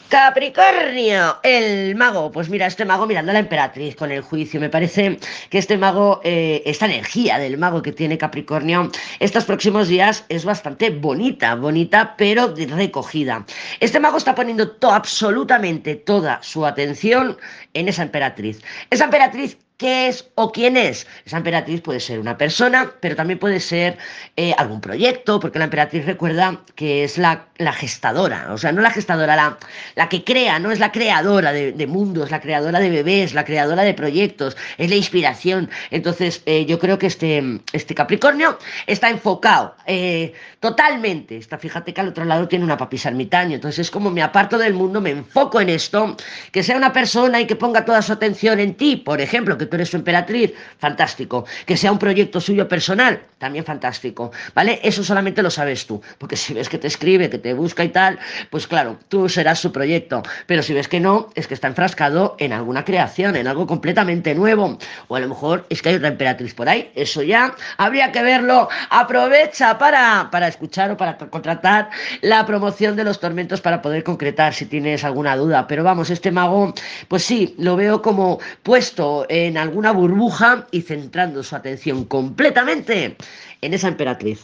Capricornio, el mago. Pues mira, este mago mirando a la emperatriz con el juicio. Me parece que este mago, esta energía del mago que tiene Capricornio estos próximos días es bastante bonita, bonita, pero recogida. Este mago está poniendo absolutamente toda su atención en esa emperatriz. Esa emperatriz, ¿qué es o quién es? Esa emperatriz puede ser una persona, pero también puede ser algún proyecto, porque la emperatriz recuerda que es la gestadora, o sea, no la gestadora, la que crea, no es la creadora de mundos, la creadora de bebés, la creadora de proyectos, es la inspiración. Entonces, yo creo que este Capricornio está enfocado totalmente. Fíjate que al otro lado tiene una papisa ermitaño, entonces es como me aparto del mundo, me enfoco en esto, que sea una persona y que ponga toda su atención en ti, por ejemplo, que tú eres su emperatriz, fantástico. Que sea un proyecto suyo personal, también fantástico, ¿vale? Eso solamente lo sabes tú, porque si ves que te escribe, que te busca y tal, pues claro, tú serás su proyecto, pero si ves que no, es que está enfrascado en alguna creación, en algo completamente nuevo, o a lo mejor es que hay otra emperatriz por ahí, eso ya habría que verlo. Aprovecha para escuchar o para contratar la promoción de los tormentos para poder concretar si tienes alguna duda, pero vamos, este mago, pues sí, lo veo como puesto en alguna burbuja y centrando su atención completamente en esa emperatriz.